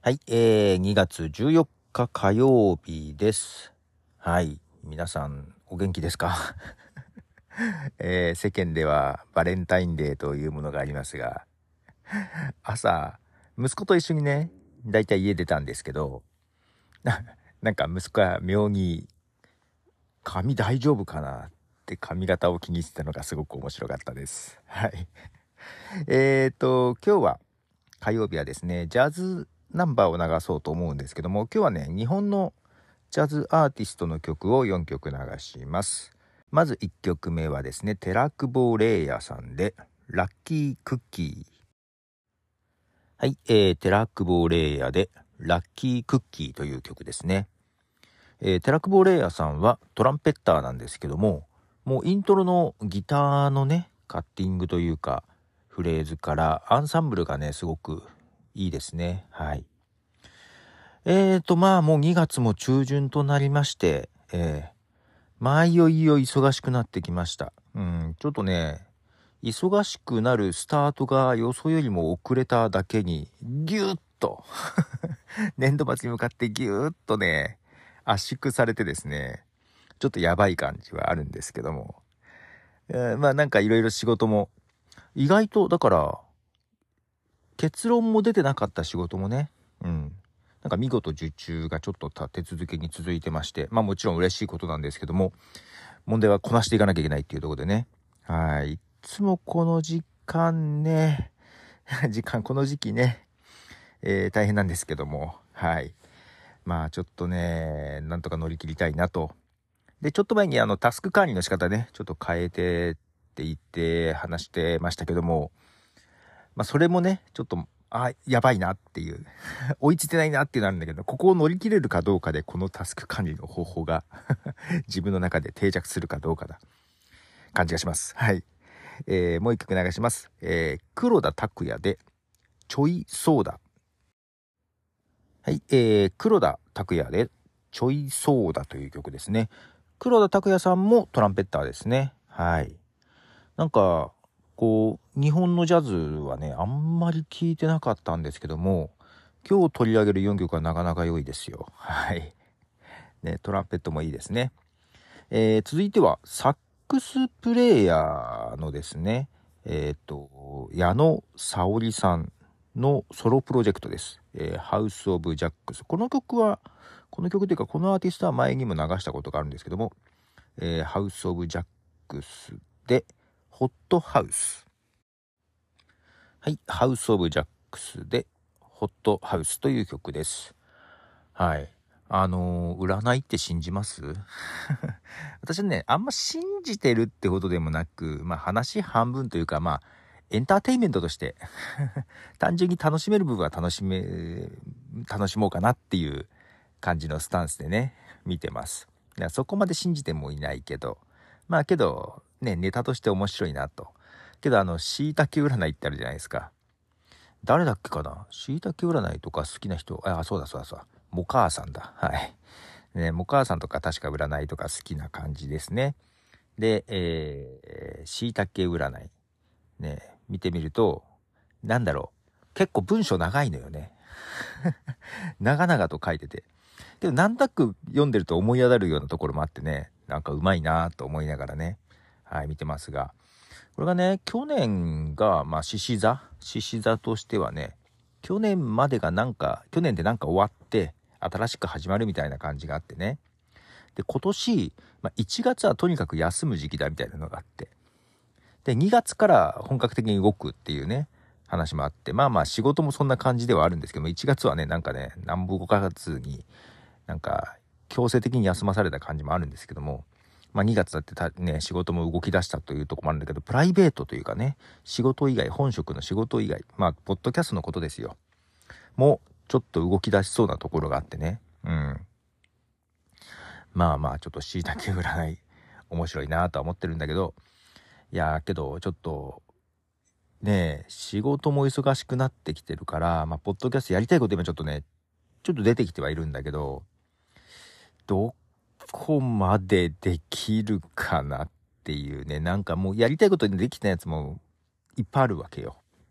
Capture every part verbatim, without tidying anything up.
はい、えー、にがつじゅうよっか火曜日です。はい、皆さんお元気ですか、えー、世間ではバレンタインデーというものがありますが、朝、息子と一緒にね、だいたい家出たんですけど、ななんか息子が妙に髪大丈夫かなって髪型を気にしてたのがすごく面白かったです。はい。えーと、今日は火曜日はですね、ジャズナンバーを流そうと思うんですけども、今日はね、日本のジャズアーティストの曲をよんきょく流します。まずいっきょくめはですね、寺久保玲也さんでラッキークッキー。はい、えー、寺久保玲也でラッキークッキーという曲ですね。えー、寺久保玲也さんはトランペッターなんですけども、もうイントロのギターのね、カッティングというか、フレーズからアンサンブルがね、すごくいいですね。はい。えーと、まあもうにがつも中旬となりまして、えー、まあいよいよ忙しくなってきました。うん、ちょっとね、忙しくなるスタートが予想よりも遅れただけに、ギューッと、年度末に向かってギューッとね、圧縮されてですね、ちょっとやばい感じはあるんですけども。えー、まあなんかいろいろ仕事も、意外と、だから、結論も出てなかった仕事もね、うん。なんか見事受注がちょっと立て続けに続いてまして、まあもちろん嬉しいことなんですけども、問題はこなしていかなきゃいけないっていうところでね。はい。いつもこの時間ね、時間、この時期ね、えー、大変なんですけども、はい。まあちょっとね、なんとか乗り切りたいなと。で、ちょっと前にあのタスク管理の仕方ね、ちょっと変えてって言って話してましたけども、まあそれもね、ちょっと、あ、やばいなっていう、追いついてないなっていうのあるんだけど、ここを乗り切れるかどうかで、このタスク管理の方法が自分の中で定着するかどうかだ、感じがします。はい。えー、もう一曲流します。えー、黒田拓也で、ちょいソーダ。はい。えー、黒田拓也で、ちょいソーダという曲ですね。黒田拓也さんもトランペッターですね。はい。なんか、こう、日本のジャズはね、あんまり聞いてなかったんですけども、今日取り上げるよんきょくはなかなか良いですよ。はい。ね、トランペットもいいですね。えー、続いては、サックスプレイヤーのですね、えっと、矢野沙織さんのソロプロジェクトです。えー、ハウス・オブ・ジャックス。この曲は、この曲というか、このアーティストは前にも流したことがあるんですけども、えー、ハウス・オブ・ジャックスで、ホットハウス。はい、ハウス・オブ・ジャックスで、ホットハウスという曲です。はい。あのー、占いって信じます私はね、あんま信じてるってことでもなく、まあ話半分というか、まあ、エンターテインメントとして単純に楽しめる部分は楽しめ、楽しもうかなっていう感じのスタンスでね、見てます。いや、そこまで信じてもいないけど、まあけど、ね、ネタとして面白いなと。けどあの、椎茸占いってあるじゃないですか。誰だっけかな、椎茸占いとか好きな人、あ、そうだそうだそうだ。モカーさんだ。はい。ね、モカーさんとか確か占いとか好きな感じですね。で、えー、椎茸占い。ね、見てみると、なんだろう。結構文章長いのよね。長々と書いてて。けど、なんとなく読んでると思い当たるようなところもあってね、なんかうまいなと思いながらね、はい、見てますが。これがね、去年が、まあ、獅子座獅子座としてはね、去年までがなんか、去年でなんか終わって、新しく始まるみたいな感じがあってね。で、今年、まあ、いちがつはとにかく休む時期だみたいなのがあって。で、にがつから本格的に動くっていうね、話もあって、まあまあ仕事もそんな感じではあるんですけども、いちがつはね、なんかね、何も動かずに、なんか強制的に休まされた感じもあるんですけども、まあにがつだってたね、仕事も動き出したというところもあるんだけど、プライベートというかね、仕事以外、本職の仕事以外、まあ、ポッドキャストのことですよ。もう、ちょっと動き出しそうなところがあってね。うん。まあまあ、ちょっと椎茸占い、面白いなとは思ってるんだけど、いやーけど、ちょっと、ねえ、仕事も忙しくなってきてるから、まあ、ポッドキャストやりたいこと今ちょっとね、ちょっと出てきてはいるんだけど、どこまでできるかなっていうね、なんかもうやりたいことにできたやつもいっぱいあるわけよ。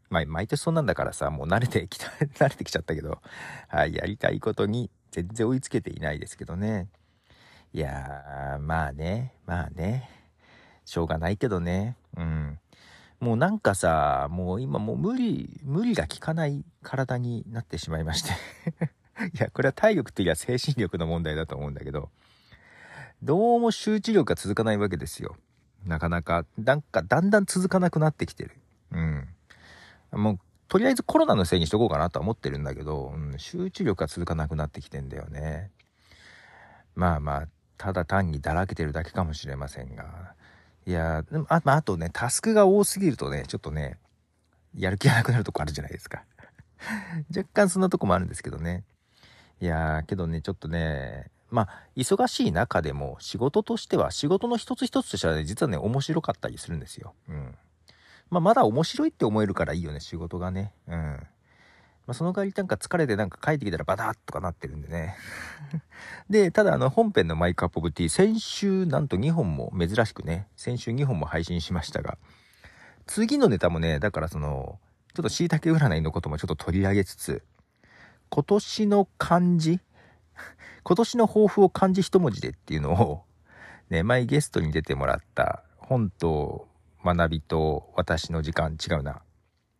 まあ、毎年そんなんだからさ、もう慣れてきた、慣れてきちゃったけど、はい、やりたいことに全然追いつけていないですけどね。いやー、まあね、まあね、しょうがないけどね、うん。もうなんかさ、もう今もう無理、無理が効かない体になってしまいまして。いや、これは体力というよりは精神力の問題だと思うんだけど、どうも集中力が続かないわけですよ。なかなか、なんかだんだん続かなくなってきてる。うん。もう、とりあえずコロナのせいにしとこうかなとは思ってるんだけど、うん、集中力が続かなくなってきてんだよね。まあまあ、ただ単にだらけてるだけかもしれませんが。いやー、でもあ、まあ、あとね、タスクが多すぎるとね、ちょっとね、やる気がなくなるとこあるじゃないですか。若干そんなとこもあるんですけどね。いやー、けどね、ちょっとね、まあ、忙しい中でも仕事としては、仕事の一つ一つとしてはね、実はね、面白かったりするんですよ。うん。まあ、まだ面白いって思えるからいいよね、仕事がね。うん。まあ、その代わりなんか疲れてなんか帰ってきたらバタッとかなってるんでね。で、ただあの本編のマイクアップオブティー、先週なんとにほんも珍しくね、先週にほんも配信しましたが、次のネタもね、だからその、ちょっと椎茸占いのこともちょっと取り上げつつ、今年の漢字今年の抱負を漢字一文字でっていうのを、ね、前ゲストに出てもらった本と学びと私の時間、違うな。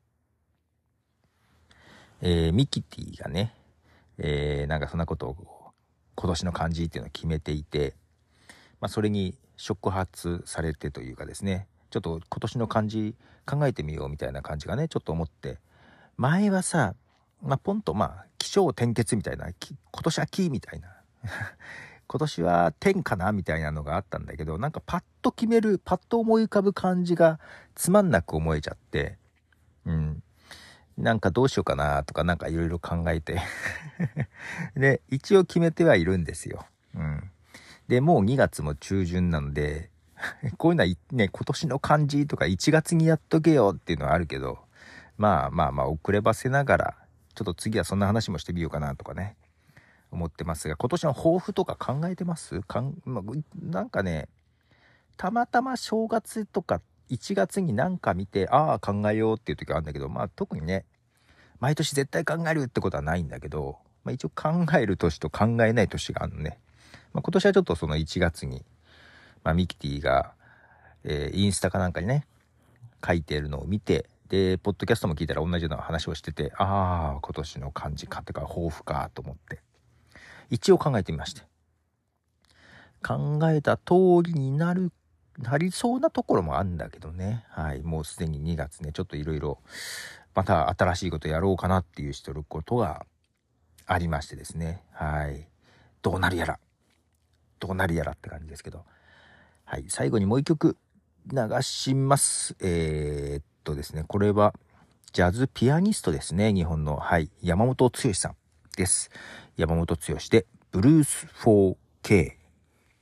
えー、ミキティがね、えー、なんかそんなことを今年の漢字っていうのを決めていて、まあそれに触発されてというかですね、ちょっと今年の漢字考えてみようみたいな感じがね、ちょっと思って、前はさ、まあポンとまあ起承転結みたいな、今年は木みたいな、今年は天かなみたいなのがあったんだけど、なんかパッと決める、パッと思い浮かぶ漢字がつまんなく思えちゃって、うん。なんかどうしようかなとかなんかいろいろ考えてで、一応決めてはいるんですよ。うん。で、もうにがつも中旬なので、こういうのはね、今年の漢字とかいちがつにやっとけよっていうのはあるけど、まあまあまあ遅ればせながら、ちょっと次はそんな話もしてみようかなとかね、思ってますが、今年の抱負とか考えてますかん、まあ、なんかね、たまたま正月とかいちがつになんか見て、ああ考えようっていう時はあるんだけど、まあ特にね、毎年絶対考えるってことはないんだけど、まあ一応考える年と考えない年があるのね。まあ今年はちょっとそのいちがつに、まあミキティが、えー、インスタかなんかにね、書いているのを見て、で、ポッドキャストも聞いたら同じような話をしてて、ああ、今年の漢字かってか抱負かと思って、一応考えてみまして。考えた通りになる、なりそうなところもあるんだけどね。はい。もうすでににがつね、ちょっといろいろ、また新しいことやろうかなっていうしてることがありましてですね。はい。どうなるやら。どうなるやらって感じですけど。はい。最後にもう一曲流します。えー、っとですね、これはジャズピアニストですね。日本の。はい。山本剛さんです。山本剛でブルース フォーケー。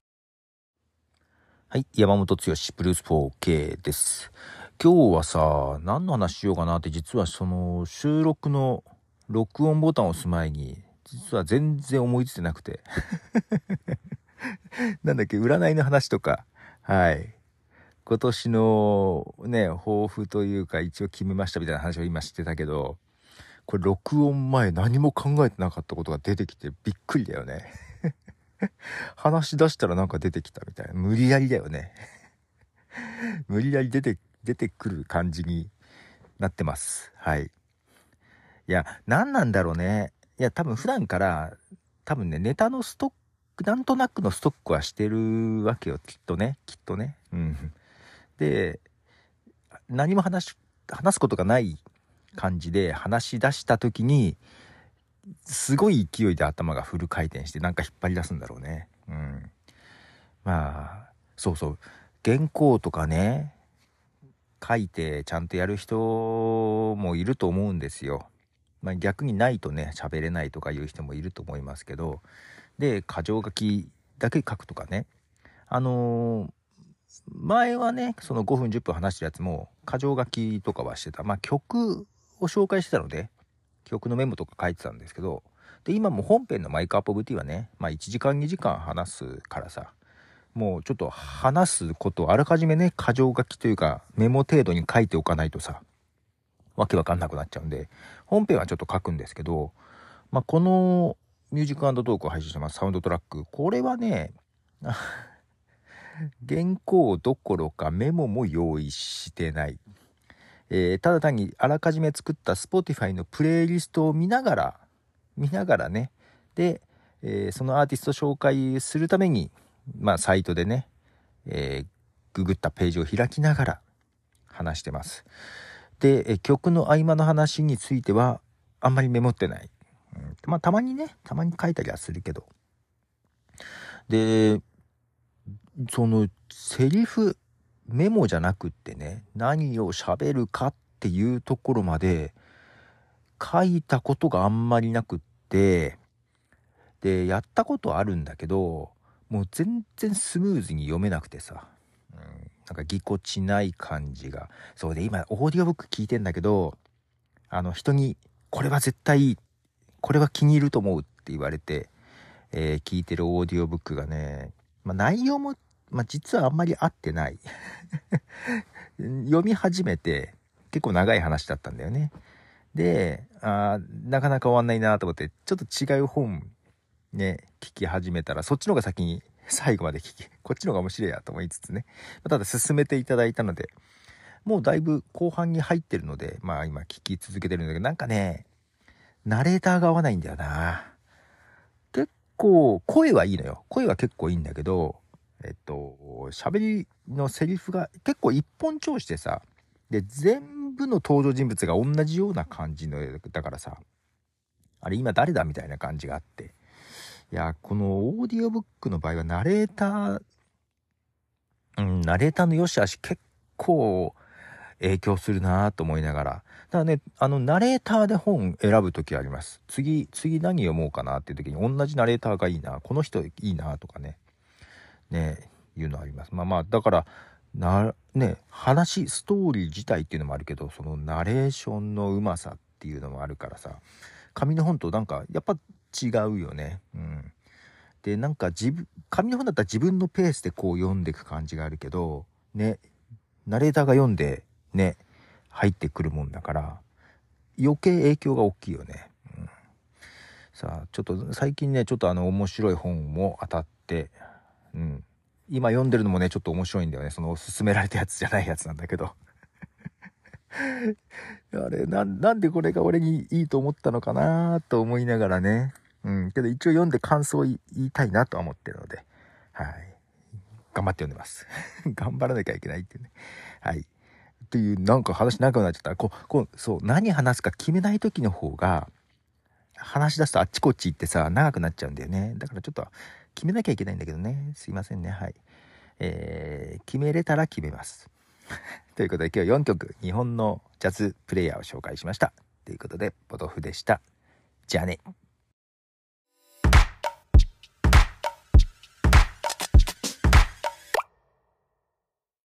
はい。山本剛ブルース フォーケー です。今日はさ、何の話しようかなって実はその収録の録音ボタンを押す前に実は全然思いついてなくてなんだっけ、占いの話とか、はい。今年のね、抱負というか一応決めましたみたいな話を今してたけど、これ録音前何も考えてなかったことが出てきてびっくりだよね話し出したらなんか出てきたみたいな。無理やりだよね無理やり出て、出てくる感じになってます。はい。いや、何なんだろうね。いや、多分普段から、多分ね、ネタのストック、なんとなくのストックはしてるわけよ。きっとね。きっとね。うん。で、何も話し、話すことがない感じで話し出した時に、すごい勢いで頭がフル回転してなんか引っ張り出すんだろうね。うん。まあ、そうそう。原稿とかね、書いてちゃんとやる人もいると思うんですよ。まあ、逆にないとね喋れないとかいう人もいると思いますけど、で箇条書きだけ書くとかね、あのー、前はねそのごふんじゅっぷん話してるやつも箇条書きとかはしてた。まあ曲を紹介してたので曲のメモとか書いてたんですけど、で今も本編のマイクアップオブティーはね、まあいちじかんにじかん話すからさ、もうちょっと話すことをあらかじめね、箇条書きというかメモ程度に書いておかないとさ、 わけわかんなくなっちゃうんで、本編はちょっと書くんですけど、まあ、このミュージック&トークを配信してますサウンドトラック、これはね原稿どころかメモも用意してない、えー、ただ単にあらかじめ作った Spotify のプレイリストを見ながら見ながらね、で、えー、そのアーティスト紹介するために、まあ、サイトでね、えー、ググったページを開きながら話してます。で、え曲の合間の話についてはあんまりメモってない、うん、まあたまにねたまに書いたりはするけど、でそのセリフメモじゃなくってね、何を喋るかっていうところまで書いたことがあんまりなくって、でやったことあるんだけど、もう全然スムーズに読めなくてさ、うん、なんかぎこちない感じが。そうで、今オーディオブック聞いてんだけど、あの人にこれは絶対これは気に入ると思うって言われて、えー、聞いてるオーディオブックがね、まあ、内容も、まあ、実はあんまり合ってない読み始めて結構長い話だったんだよね。で、あなかなか終わんないなと思って、ちょっと違う本ね聞き始めたら、そっちの方が先に最後まで聞き、こっちの方が面白いやと思いつつね、ただ進めていただいたので、もうだいぶ後半に入ってるので、まあ今聞き続けてるんだけど、なんかねナレーターが合わないんだよな。結構声はいいのよ、声は結構いいんだけど、えっと喋りのセリフが結構一本調子でさ、で全部の登場人物が同じような感じのだからさ、あれ今誰だみたいな感じがあって、いやこのオーディオブックの場合はナレーター、うん、ナレーターの良し悪し結構影響するなと思いながら、だからね、あのナレーターで本選ぶ時あります。次次何読もうかなっていう時に同じナレーターがいいな、この人いいなとかねねいうのあります。まあまあだからなね、話ストーリー自体っていうのもあるけど、そのナレーションのうまさっていうのもあるからさ、紙の本となんかやっぱ違うよね。うん。でなんか自分紙の本だったら自分のペースでこう読んでいく感じがあるけどね、ナレーターが読んでね入ってくるもんだから余計影響が大きいよね。うん、さあちょっと最近ねちょっとあの面白い本も当たって、うん、今読んでるのもねちょっと面白いんだよね。その勧められたやつじゃないやつなんだけどあれ な, なんでこれが俺にいいと思ったのかなと思いながらね、うん、けど一応読んで感想を言いたいなとは思ってるので、はい頑張って読んでます頑張らなきゃいけないっていうね、はいっていう、なんか話長くなっちゃった。こうこうそう何話すか決めない時の方が話し出すとあっちこっち行ってさ長くなっちゃうんだよね。だからちょっと決めなきゃいけないんだけどね、すいませんね。はい、えー、決めれたら決めますということで今日よんきょく日本のジャズプレイヤーを紹介しましたということで、ポトフでした。じゃあね。